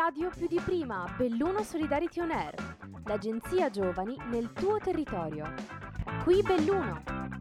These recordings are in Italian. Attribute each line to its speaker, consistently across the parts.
Speaker 1: radio più di prima, Belluno Solidarity On Air, l'agenzia giovani nel tuo territorio. Qui Belluno.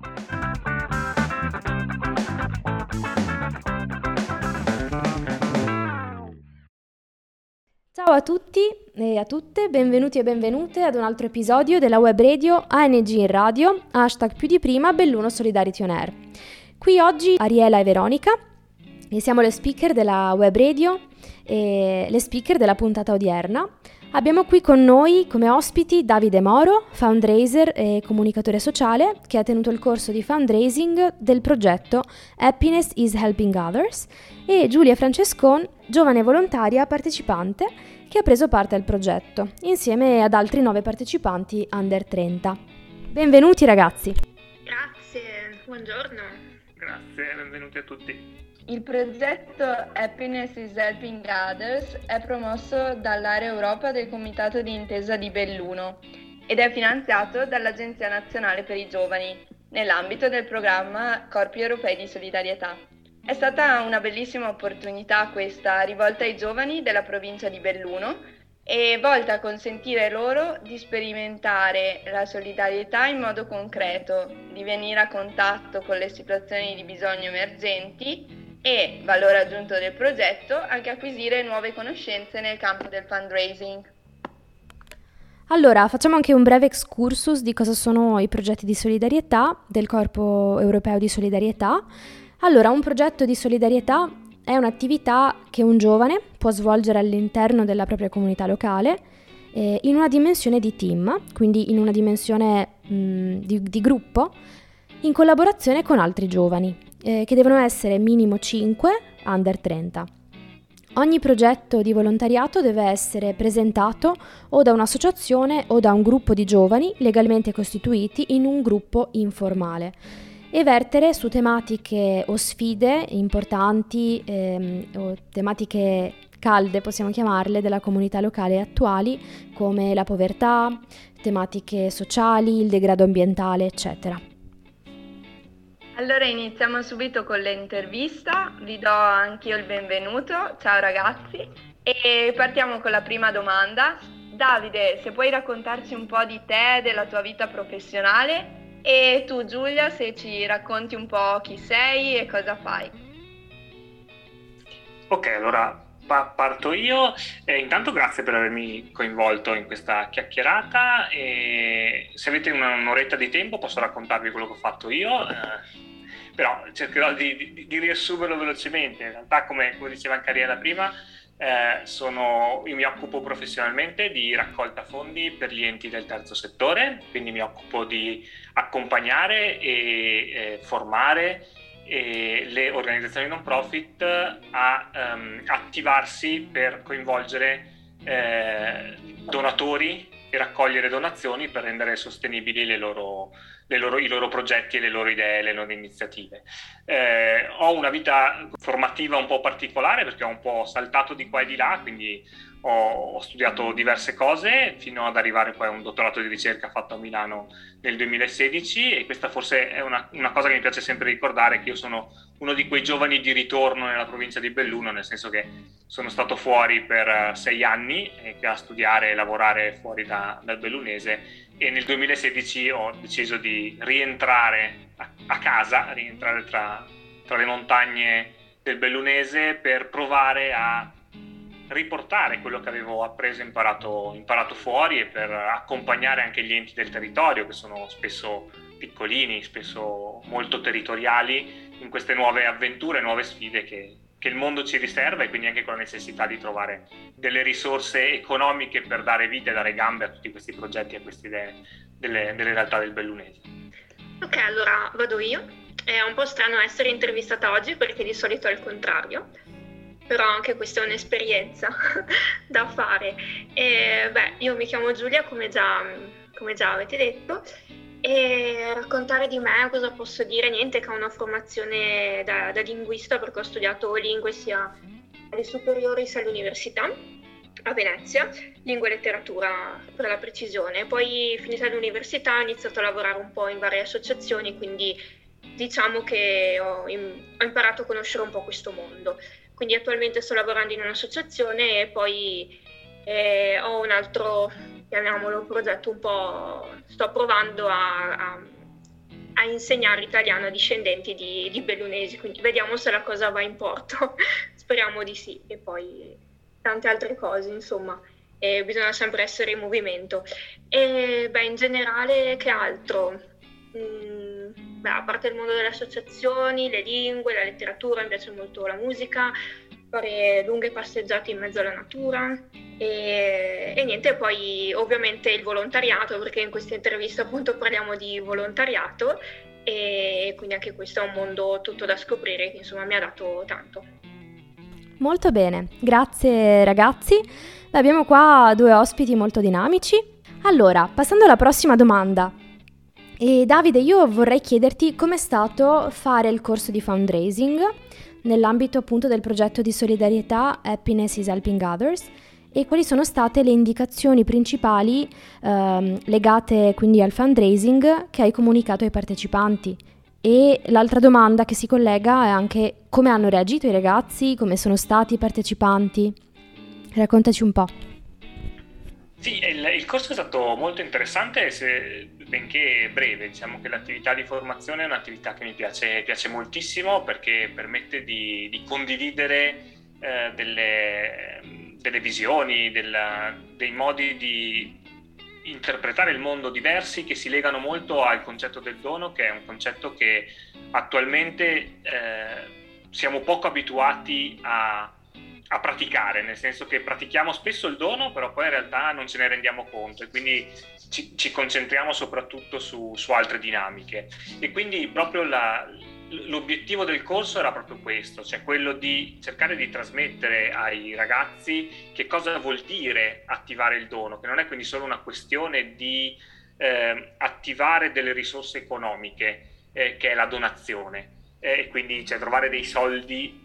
Speaker 1: Ciao a tutti e a tutte, benvenuti e benvenute ad un altro episodio della web radio ANG in radio, #più di prima Belluno Solidarity On Air. Qui oggi Ariela e Veronica e siamo le speaker della web radio e le speaker della puntata odierna. Abbiamo qui con noi come ospiti Davide Moro, fundraiser e comunicatore sociale, che ha tenuto il corso di fundraising del progetto Happiness is Helping Others, e Giulia Francescon, giovane volontaria partecipante che ha preso parte al progetto, insieme ad altri 9 partecipanti under 30. Benvenuti ragazzi!
Speaker 2: Grazie, buongiorno.
Speaker 3: Grazie, benvenuti a tutti.
Speaker 4: Il progetto Happiness is Helping Others è promosso dall'area Europa del Comitato di Intesa di Belluno ed è finanziato dall'Agenzia Nazionale per i Giovani nell'ambito del programma Corpi Europei di Solidarietà. È stata una bellissima opportunità questa rivolta ai giovani della provincia di Belluno e volta a consentire loro di sperimentare la solidarietà in modo concreto, di venire a contatto con le situazioni di bisogno emergenti e, valore aggiunto del progetto, anche acquisire nuove conoscenze nel campo del fundraising.
Speaker 1: Allora, facciamo anche un breve excursus di cosa sono i progetti di solidarietà del Corpo Europeo di Solidarietà. Allora, un progetto di solidarietà è un'attività che un giovane può svolgere all'interno della propria comunità locale in una dimensione di team, quindi in una dimensione di gruppo, in collaborazione con altri giovani, che devono essere minimo 5 under 30. Ogni progetto di volontariato deve essere presentato o da un'associazione o da un gruppo di giovani legalmente costituiti in un gruppo informale e vertere su tematiche o sfide importanti o tematiche calde, possiamo chiamarle, della comunità locale attuali, come la povertà, tematiche sociali, il degrado ambientale, eccetera.
Speaker 4: Allora iniziamo subito con l'intervista, vi do anch'io il benvenuto, ciao ragazzi, e partiamo con la prima domanda. Davide, se puoi raccontarci un po' di te, della tua vita professionale, e tu Giulia, se ci racconti un po' chi sei e cosa fai.
Speaker 3: Ok, allora parto io. Intanto grazie per avermi coinvolto in questa chiacchierata e se avete un'oretta di tempo posso raccontarvi quello che ho fatto io, però cercherò di riassumerlo velocemente. In realtà, come diceva anche Ariela prima, io mi occupo professionalmente di raccolta fondi per gli enti del terzo settore, quindi mi occupo di accompagnare e formare le organizzazioni non profit a attivarsi per coinvolgere donatori e raccogliere donazioni per rendere sostenibili i loro progetti e le loro idee, le loro iniziative. Ho una vita formativa un po' particolare perché ho un po' saltato di qua e di là, quindi ho studiato diverse cose fino ad arrivare poi a un dottorato di ricerca fatto a Milano nel 2016 e questa forse è una cosa che mi piace sempre ricordare, che io sono uno di quei giovani di ritorno nella provincia di Belluno, nel senso che sono stato fuori per 6 anni a studiare e lavorare fuori dal bellunese e nel 2016 ho deciso di rientrare a casa, rientrare tra le montagne del bellunese per provare a riportare quello che avevo appreso e imparato fuori e per accompagnare anche gli enti del territorio, che sono spesso piccolini, spesso molto territoriali, in queste nuove avventure, nuove sfide che il mondo ci riserva, e quindi anche con la necessità di trovare delle risorse economiche per dare vita e dare gambe a tutti questi progetti e a queste idee delle realtà del bellunese.
Speaker 2: Ok, allora vado io. È un po' strano essere intervistata oggi perché di solito è il contrario, però anche questa è un'esperienza da fare. Io mi chiamo Giulia, come già avete detto, e raccontare di me cosa posso dire? Niente, che ho una formazione da linguista perché ho studiato lingue sia alle superiori sia all'università a Venezia, lingua e letteratura per la precisione. Poi finita l'università ho iniziato a lavorare un po' in varie associazioni, quindi diciamo che ho imparato a conoscere un po' questo mondo. quindi attualmente sto lavorando in un'associazione e poi ho un altro, chiamiamolo, progetto un po', sto provando a insegnare italiano a discendenti di bellunesi, quindi vediamo se la cosa va in porto, speriamo di sì, e poi tante altre cose, insomma, bisogna sempre essere in movimento. E in generale, che altro? A parte il mondo delle associazioni, le lingue, la letteratura, mi piace molto la musica, fare lunghe passeggiate in mezzo alla natura e niente, poi ovviamente il volontariato, perché in questa intervista appunto parliamo di volontariato e quindi anche questo è un mondo tutto da scoprire che insomma mi ha dato tanto.
Speaker 1: Molto bene, grazie ragazzi. Abbiamo qua 2 ospiti molto dinamici. Allora, passando alla prossima domanda. Davide, io vorrei chiederti com'è stato fare il corso di fundraising nell'ambito appunto del progetto di solidarietà Happiness is Helping Others e quali sono state le indicazioni principali legate quindi al fundraising che hai comunicato ai partecipanti. E l'altra domanda che si collega è anche come hanno reagito i ragazzi, come sono stati i partecipanti. Raccontaci un po'.
Speaker 3: Sì, il corso è stato molto interessante, benché breve. Diciamo che l'attività di formazione è un'attività che mi piace moltissimo perché permette di condividere delle visioni, dei modi di interpretare il mondo diversi che si legano molto al concetto del dono, che è un concetto che attualmente siamo poco abituati a praticare, nel senso che pratichiamo spesso il dono, però poi in realtà non ce ne rendiamo conto e quindi ci concentriamo soprattutto su altre dinamiche. E quindi proprio l'obiettivo del corso era proprio questo, cioè quello di cercare di trasmettere ai ragazzi che cosa vuol dire attivare il dono, che non è quindi solo una questione di attivare delle risorse economiche, che è la donazione, e quindi cioè, trovare dei soldi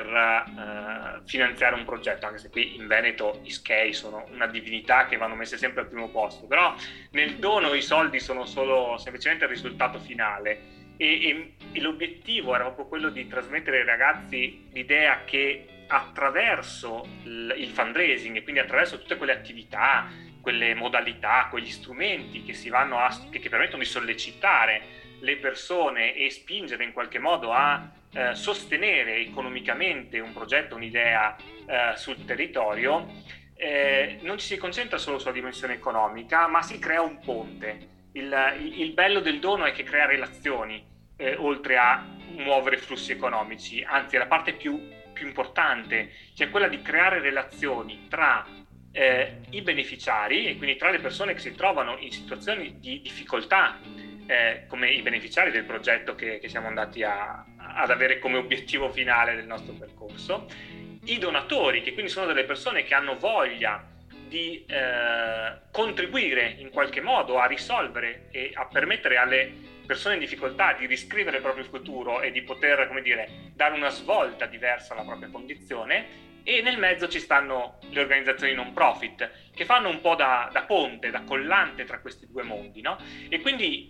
Speaker 3: per finanziare un progetto, anche se qui in Veneto i SCEI sono una divinità che vanno messe sempre al primo posto, però nel dono i soldi sono solo semplicemente il risultato finale e l'obiettivo era proprio quello di trasmettere ai ragazzi l'idea che attraverso il fundraising e quindi attraverso tutte quelle attività, quelle modalità, quegli strumenti che che permettono di sollecitare le persone e spingere in qualche modo a sostenere economicamente un progetto, un'idea sul territorio, non ci si concentra solo sulla dimensione economica, ma si crea un ponte. Il bello del dono è che crea relazioni, oltre a muovere flussi economici, anzi è la parte più importante, cioè quella di creare relazioni tra i beneficiari e quindi tra le persone che si trovano in situazioni di difficoltà, come i beneficiari del progetto che siamo andati ad avere come obiettivo finale del nostro percorso, i donatori, che quindi sono delle persone che hanno voglia di contribuire in qualche modo a risolvere e a permettere alle persone in difficoltà di riscrivere il proprio futuro e di poter, come dire, dare una svolta diversa alla propria condizione. E nel mezzo ci stanno le organizzazioni non profit che fanno un po' da ponte, da collante tra questi due mondi, no? E quindi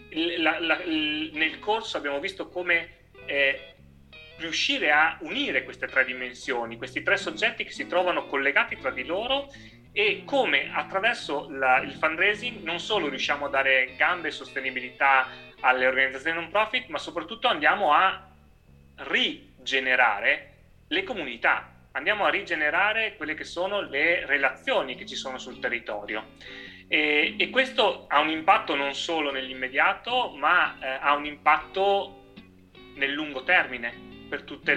Speaker 3: nel corso abbiamo visto come riuscire a unire queste 3 dimensioni, questi 3 soggetti che si trovano collegati tra di loro e come attraverso il fundraising non solo riusciamo a dare gambe e sostenibilità alle organizzazioni non profit, ma soprattutto andiamo a rigenerare le comunità, andiamo a rigenerare quelle che sono le relazioni che ci sono sul territorio. E questo ha un impatto non solo nell'immediato, ma ha un impatto nel lungo termine per tutto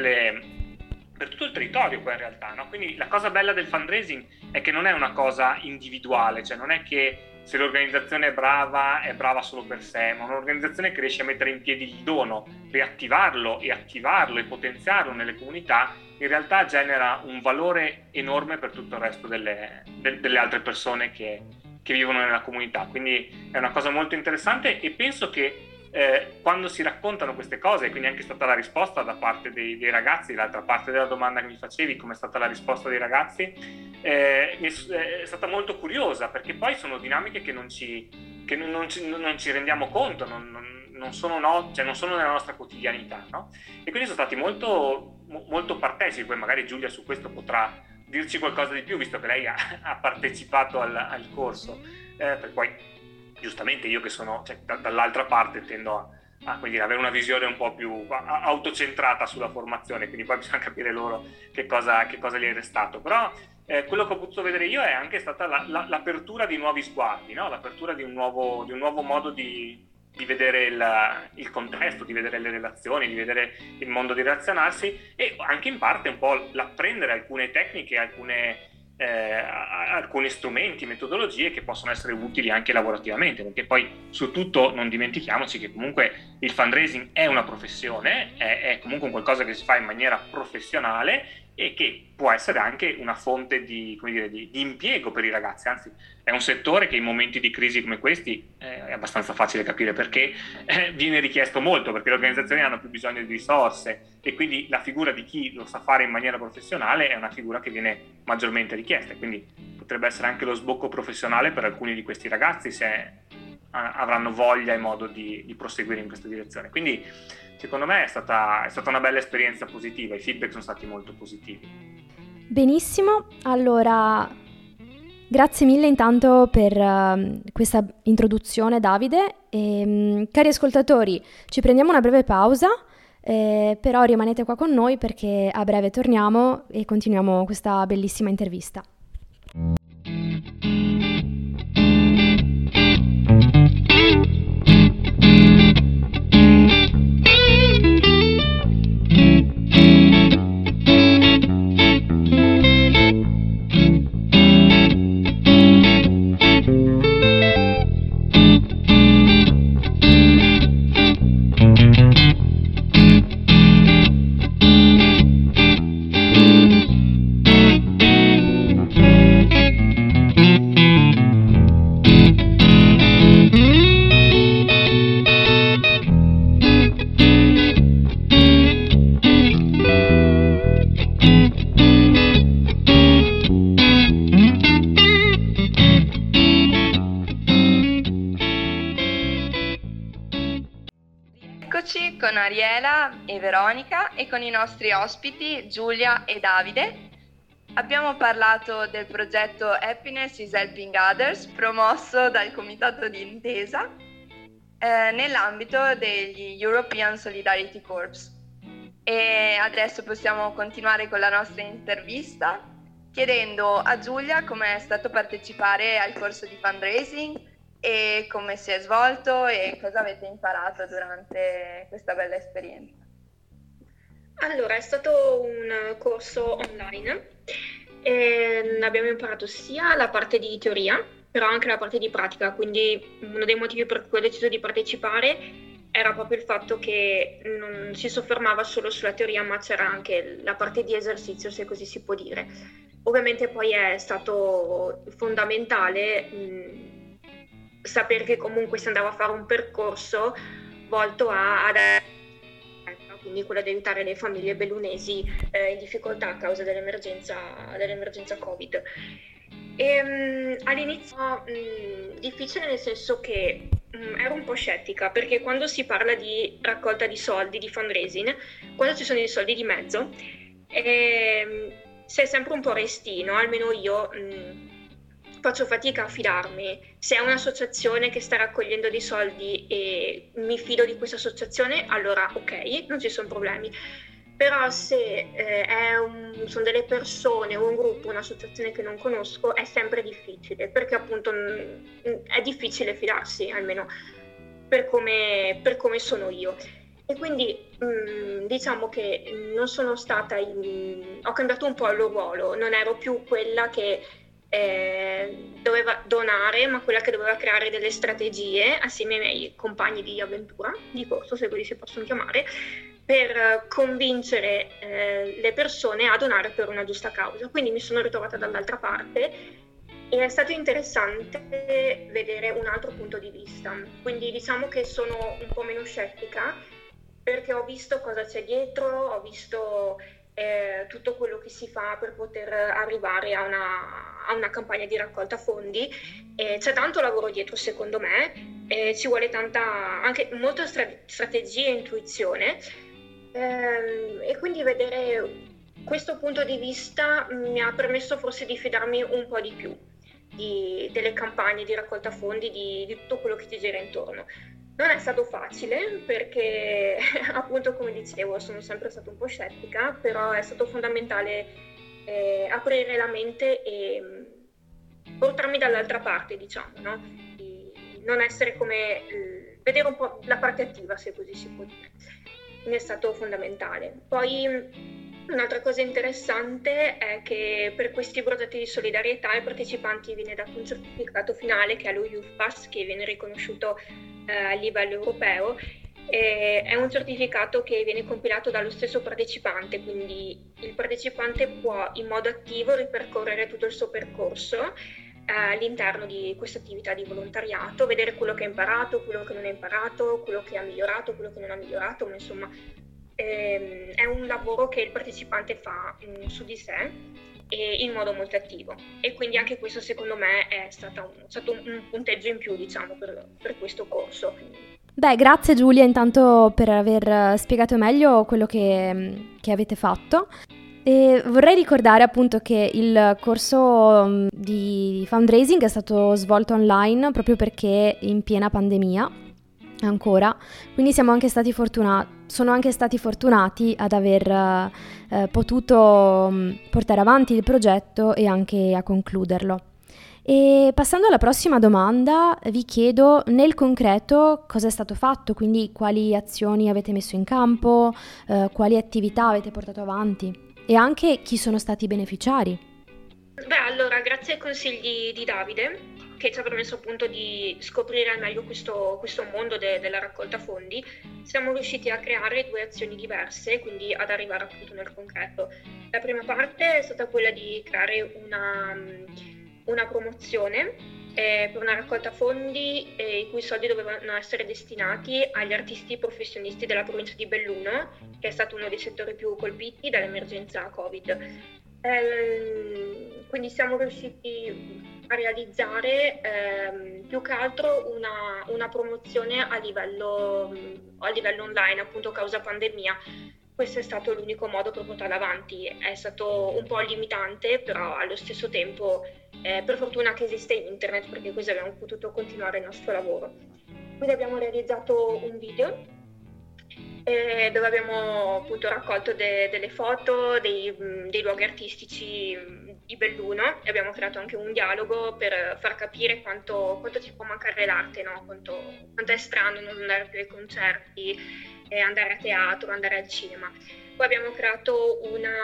Speaker 3: il territorio poi in realtà, no? Quindi la cosa bella del fundraising è che non è una cosa individuale, cioè non è che se l'organizzazione è brava solo per sé, ma un'organizzazione che riesce a mettere in piedi il dono, riattivarlo e attivarlo e potenziarlo nelle comunità, in realtà genera un valore enorme per tutto il resto delle altre persone che vivono nella comunità. Quindi è una cosa molto interessante e penso che quando si raccontano queste cose, quindi anche è stata la risposta da parte dei ragazzi, l'altra parte della domanda che mi facevi, come è stata la risposta dei ragazzi, è stata molto curiosa, perché poi sono dinamiche che non ci rendiamo conto, non sono nella nostra quotidianità, no? E quindi sono stati molto, molto partecipe, magari Giulia su questo potrà dirci qualcosa di più, visto che lei ha partecipato al corso, per poi giustamente io che sono dall'altra parte tendo a quindi avere una visione un po' più autocentrata sulla formazione, quindi poi bisogna capire loro che cosa gli è restato. Però quello che ho potuto vedere io è anche stata l'apertura di nuovi sguardi, no? L'apertura di un nuovo modo di vedere il contesto, di vedere le relazioni, di vedere il modo di relazionarsi, e anche in parte un po' l'apprendere alcune tecniche, alcuni strumenti, metodologie che possono essere utili anche lavorativamente, perché poi su tutto non dimentichiamoci che comunque il fundraising è una professione, è comunque un qualcosa che si fa in maniera professionale e che può essere anche una fonte di impiego per i ragazzi, anzi è un settore che in momenti di crisi come questi è abbastanza facile capire perché viene richiesto molto, perché le organizzazioni hanno più bisogno di risorse e quindi la figura di chi lo sa fare in maniera professionale è una figura che viene maggiormente richiesta, quindi potrebbe essere anche lo sbocco professionale per alcuni di questi ragazzi se avranno voglia e modo di proseguire in questa direzione. Quindi secondo me è stata una bella esperienza positiva, i feedback sono stati molto positivi.
Speaker 1: Benissimo, allora grazie mille intanto per questa introduzione, Davide. Cari ascoltatori, ci prendiamo una breve pausa, però rimanete qua con noi perché a breve torniamo e continuiamo questa bellissima intervista.
Speaker 4: Con Ariela e Veronica e con i nostri ospiti Giulia e Davide. Abbiamo parlato del progetto Happiness is Helping Others promosso dal Comitato di Intesa nell'ambito degli European Solidarity Corps. E adesso possiamo continuare con la nostra intervista chiedendo a Giulia come è stato partecipare al corso di fundraising e come si è svolto e cosa avete imparato durante questa bella esperienza.
Speaker 2: Allora, è stato un corso online e abbiamo imparato sia la parte di teoria, però anche la parte di pratica, quindi uno dei motivi per cui ho deciso di partecipare era proprio il fatto che non si soffermava solo sulla teoria, ma c'era anche la parte di esercizio, se così si può dire. Ovviamente poi è stato fondamentale sapere che comunque si andava a fare un percorso volto quindi quello di aiutare le famiglie bellunesi in difficoltà a causa dell'emergenza Covid. All'inizio difficile nel senso che ero un po' scettica, perché quando si parla di raccolta di soldi, di fundraising, quando ci sono i soldi di mezzo, sei sempre un po' restino, almeno io faccio fatica a fidarmi. Se è un'associazione che sta raccogliendo dei soldi e mi fido di questa associazione, allora ok, non ci sono problemi. Però se sono delle persone o un gruppo, un'associazione che non conosco, è sempre difficile, perché appunto è difficile fidarsi, almeno per come sono io. E quindi diciamo che non sono stata ho cambiato un po' il ruolo, non ero più quella che doveva donare, ma quella che doveva creare delle strategie assieme ai miei compagni di avventura, di corso, se così si possono chiamare, per convincere le persone a donare per una giusta causa. Quindi mi sono ritrovata dall'altra parte e è stato interessante vedere un altro punto di vista. Quindi diciamo che sono un po' meno scettica, perché ho visto cosa c'è dietro, ho visto tutto quello che si fa per poter arrivare a una campagna di raccolta fondi. C'è tanto lavoro dietro, secondo me, ci vuole molta strategia e intuizione, E quindi vedere questo punto di vista mi ha permesso forse di fidarmi un po' di più delle campagne di raccolta fondi, di tutto quello che ti gira intorno. Non è stato facile perché, appunto, come dicevo, sono sempre stata un po' scettica, però è stato fondamentale aprire la mente e portarmi dall'altra parte, diciamo, no? Di non essere come vedere un po' la parte attiva, se così si può dire. Quindi è stato fondamentale. Poi un'altra cosa interessante è che per questi progetti di solidarietà ai partecipanti viene dato un certificato finale che è lo Youth Pass, che viene riconosciuto a livello europeo. È un certificato che viene compilato dallo stesso partecipante, quindi il partecipante può in modo attivo ripercorrere tutto il suo percorso all'interno di questa attività di volontariato, vedere quello che ha imparato, quello che non ha imparato, quello che ha migliorato, quello che non ha migliorato, ma insomma è un lavoro che il partecipante fa su di sé e in modo molto attivo, e quindi anche questo secondo me è stato un punteggio in più, diciamo, per questo corso.
Speaker 1: Beh, grazie Giulia intanto per aver spiegato meglio quello che avete fatto. E vorrei ricordare appunto che il corso di fundraising è stato svolto online proprio perché in piena pandemia ancora, quindi sono anche stati fortunati ad aver potuto portare avanti il progetto e anche a concluderlo. E passando alla prossima domanda, vi chiedo nel concreto cosa è stato fatto, quindi quali azioni avete messo in campo, quali attività avete portato avanti e anche chi sono stati i beneficiari.
Speaker 2: Beh, allora, grazie ai consigli di Davide, che ci ha permesso appunto di scoprire al meglio questo mondo della raccolta fondi, siamo riusciti a creare 2 azioni diverse, quindi ad arrivare appunto nel concreto. La prima parte è stata quella di creare una promozione per una raccolta fondi i cui soldi dovevano essere destinati agli artisti professionisti della provincia di Belluno, che è stato uno dei settori più colpiti dall'emergenza Covid. Quindi siamo riusciti a realizzare più che altro una promozione a livello online, appunto causa pandemia. Questo è stato l'unico modo per portarla avanti. È stato un po' limitante, però allo stesso tempo per fortuna che esiste internet, perché così abbiamo potuto continuare il nostro lavoro. Quindi abbiamo realizzato un video dove abbiamo appunto raccolto delle foto dei luoghi artistici di Belluno, e abbiamo creato anche un dialogo per far capire quanto ci può mancare l'arte, no? Quanto è strano non andare più ai concerti, andare a teatro, andare al cinema. Poi abbiamo creato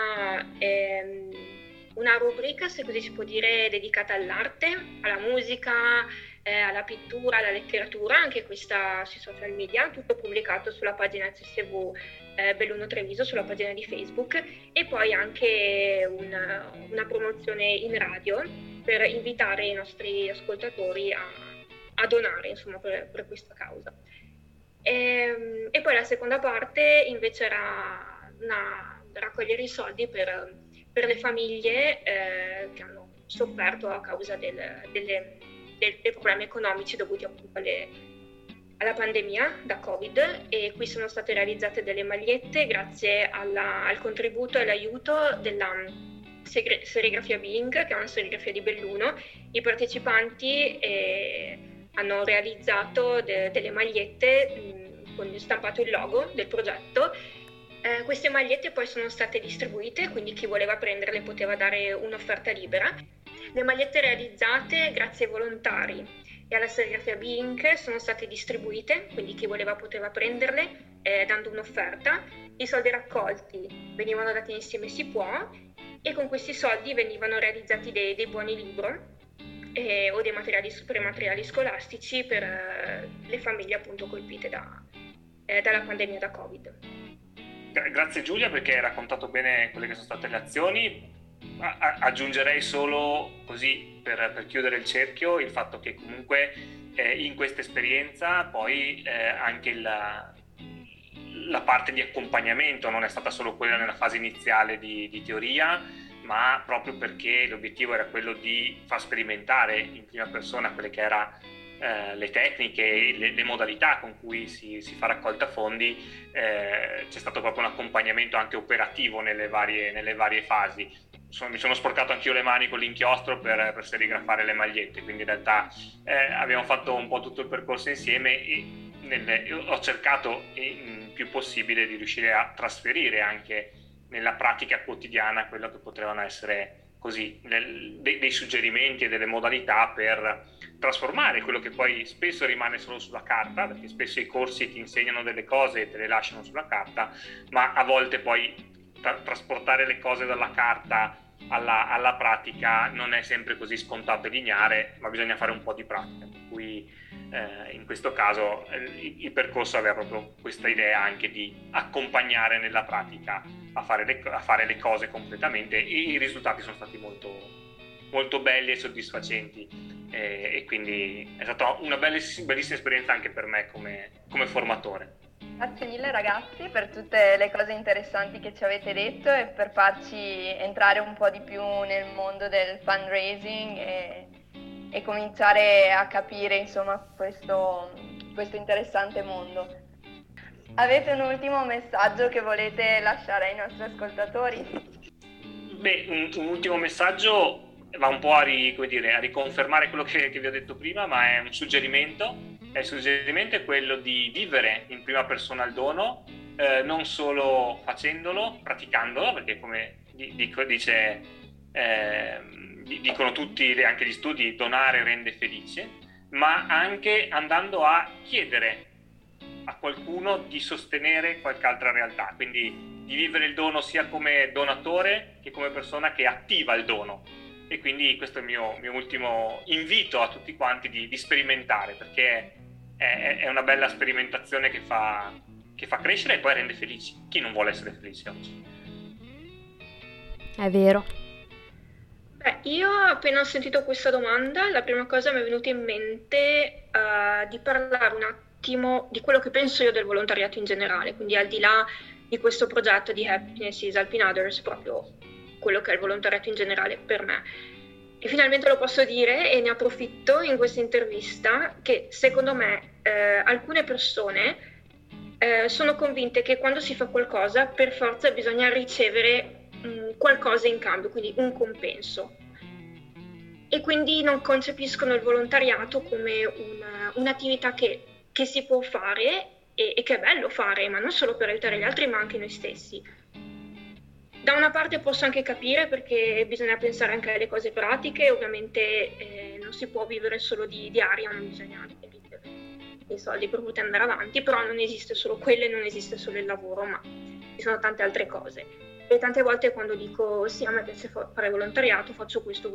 Speaker 2: una rubrica, se così si può dire, dedicata all'arte, alla musica, alla pittura, alla letteratura, anche questa sui social media, tutto pubblicato sulla pagina CSV Belluno Treviso, sulla pagina di Facebook, e poi anche una promozione in radio per invitare i nostri ascoltatori a donare, insomma, per questa causa. E poi la seconda parte invece era raccogliere i soldi per le famiglie che hanno sofferto a causa dei problemi economici dovuti appunto alla pandemia da Covid, e qui sono state realizzate delle magliette grazie al contributo e all'aiuto della serigrafia Bing, che è una serigrafia di Belluno. I partecipanti hanno realizzato delle magliette con stampato il logo del progetto. Queste magliette poi sono state distribuite, quindi chi voleva prenderle poteva dare un'offerta libera. Le magliette realizzate grazie ai volontari e alla serigrafia Bing sono state distribuite, quindi chi voleva poteva prenderle dando un'offerta. I soldi raccolti venivano dati insieme Si Può, e con questi soldi venivano realizzati dei buoni libro o dei materiali scolastici per le famiglie appunto colpite dalla pandemia da Covid.
Speaker 3: Grazie Giulia, perché hai raccontato bene quelle che sono state le azioni. Aggiungerei solo così per chiudere il cerchio il fatto che comunque in questa esperienza poi anche la parte di accompagnamento non è stata solo quella nella fase iniziale di teoria, ma proprio perché l'obiettivo era quello di far sperimentare in prima persona quelle che era le tecniche, le modalità con cui si fa raccolta fondi, c'è stato proprio un accompagnamento anche operativo nelle varie fasi. Mi sono sporcato anch'io le mani con l'inchiostro per serigrafare le magliette, quindi in realtà abbiamo fatto un po' tutto il percorso insieme e ho cercato il più possibile di riuscire a trasferire anche nella pratica quotidiana quello che potevano essere così dei suggerimenti e delle modalità per trasformare quello che poi spesso rimane solo sulla carta, perché spesso i corsi ti insegnano delle cose e te le lasciano sulla carta, ma a volte poi trasportare le cose dalla carta alla pratica non è sempre così scontato e lineare, ma bisogna fare un po' di pratica, per cui in questo caso il percorso aveva proprio questa idea anche di accompagnare nella pratica a fare le cose completamente, e i risultati sono stati molto, molto belli e soddisfacenti, e quindi è stata una bellissima esperienza anche per me come formatore.
Speaker 4: Grazie mille ragazzi per tutte le cose interessanti che ci avete detto e per farci entrare un po' di più nel mondo del fundraising e cominciare a capire insomma questo interessante mondo. Avete un ultimo messaggio che volete lasciare ai nostri ascoltatori?
Speaker 3: Beh, un ultimo messaggio va un po' a riconfermare quello che vi ho detto prima, ma è un suggerimento. Il suggerimento è quello di vivere in prima persona il dono, non solo facendolo, praticandolo, perché come dicono tutti, anche gli studi, donare rende felice, ma anche andando a chiedere a qualcuno di sostenere qualche altra realtà, quindi di vivere il dono sia come donatore che come persona che attiva il dono. E quindi questo è il mio ultimo invito a tutti quanti di sperimentare, perché è una bella sperimentazione che fa crescere e poi rende felici. Chi non vuole essere felice oggi?
Speaker 1: È vero.
Speaker 2: Io appena ho sentito questa domanda, la prima cosa mi è venuta in mente di parlare un attimo di quello che penso io del volontariato in generale, quindi al di là di questo progetto di Happiness is Helping Others, proprio quello che è il volontariato in generale per me. E finalmente lo posso dire, e ne approfitto in questa intervista, che secondo me alcune persone sono convinte che quando si fa qualcosa per forza bisogna ricevere qualcosa in cambio, quindi un compenso. E quindi non concepiscono il volontariato come un'attività che si può fare e che è bello fare, ma non solo per aiutare gli altri, ma anche noi stessi. Da una parte posso anche capire, perché bisogna pensare anche alle cose pratiche, ovviamente non si può vivere solo di aria, non bisogna vivere dei soldi per poter andare avanti, però non esiste solo quello e non esiste solo il lavoro, ma ci sono tante altre cose. E tante volte quando dico sì, a me piace fare volontariato, faccio questo,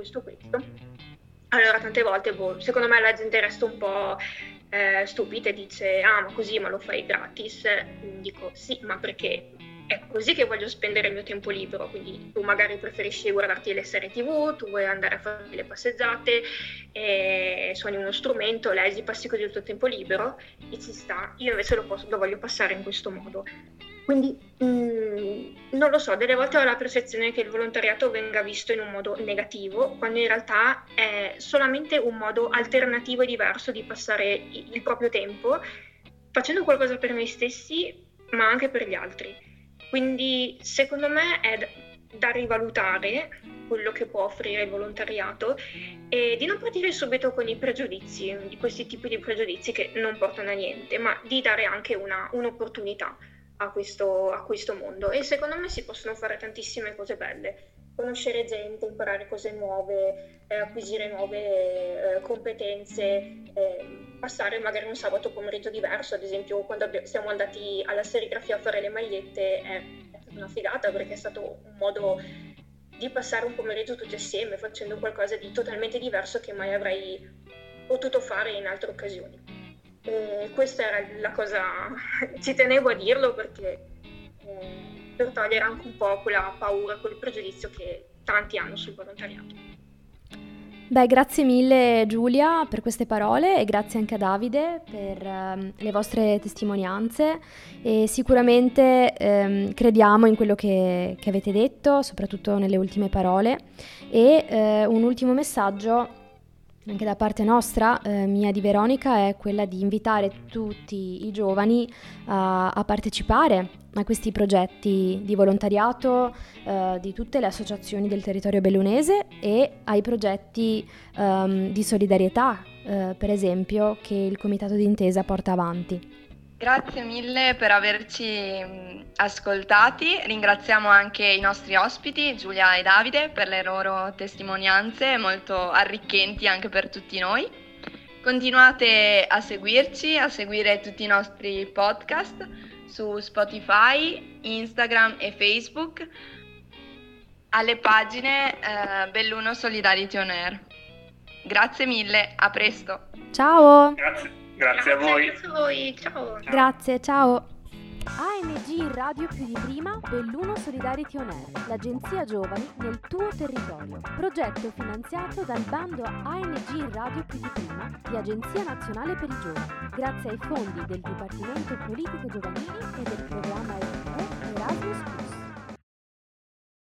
Speaker 2: allora tante volte secondo me la gente resta un po' stupita e dice ma così, ma lo fai gratis? Dico sì, ma perché è così che voglio spendere il mio tempo libero, quindi tu magari preferisci guardarti le serie TV, tu vuoi andare a fare le passeggiate, suoni uno strumento, leggi, passi così il tuo tempo libero e ci sta. Io invece lo voglio passare in questo modo. Quindi non lo so, delle volte ho la percezione che il volontariato venga visto in un modo negativo, quando in realtà è solamente un modo alternativo e diverso di passare il proprio tempo, facendo qualcosa per noi stessi, ma anche per gli altri. Quindi secondo me è da rivalutare quello che può offrire il volontariato e di non partire subito con i pregiudizi, di questi tipi di pregiudizi che non portano a niente, ma di dare anche un'opportunità a questo mondo. E secondo me si possono fare tantissime cose belle, conoscere gente, imparare cose nuove, acquisire nuove competenze, passare magari un sabato pomeriggio diverso. Ad esempio quando siamo andati alla serigrafia a fare le magliette è stata una figata, perché è stato un modo di passare un pomeriggio tutti assieme facendo qualcosa di totalmente diverso che mai avrei potuto fare in altre occasioni. Questa era la cosa, ci tenevo a dirlo perché per togliere anche un po' quella paura, quel pregiudizio che tanti hanno sul volontariato.
Speaker 1: Beh, grazie mille Giulia per queste parole e grazie anche a Davide per le vostre testimonianze, e sicuramente crediamo in quello che avete detto, soprattutto nelle ultime parole. E un ultimo messaggio Anche da parte nostra, mia di Veronica, è quella di invitare tutti i giovani a partecipare a questi progetti di volontariato di tutte le associazioni del territorio bellunese e ai progetti di solidarietà, per esempio, che il Comitato d'Intesa porta avanti.
Speaker 4: Grazie mille per averci ascoltati, ringraziamo anche i nostri ospiti Giulia e Davide per le loro testimonianze molto arricchenti anche per tutti noi. Continuate a seguirci, a seguire tutti i nostri podcast su Spotify, Instagram e Facebook alle pagine Belluno Solidarity On Air. Grazie mille, a presto.
Speaker 1: Ciao!
Speaker 3: Grazie a voi.
Speaker 2: Grazie a voi, ciao.
Speaker 1: Grazie, ciao! ANG Radio Più di Prima, Belluno Solidarity On Air, l'agenzia giovani nel tuo territorio. Progetto finanziato dal bando ANG Radio Più di Prima di Agenzia Nazionale per i Giovani, grazie ai fondi del Dipartimento Politiche Giovanili e del programma europeo Erasmus+.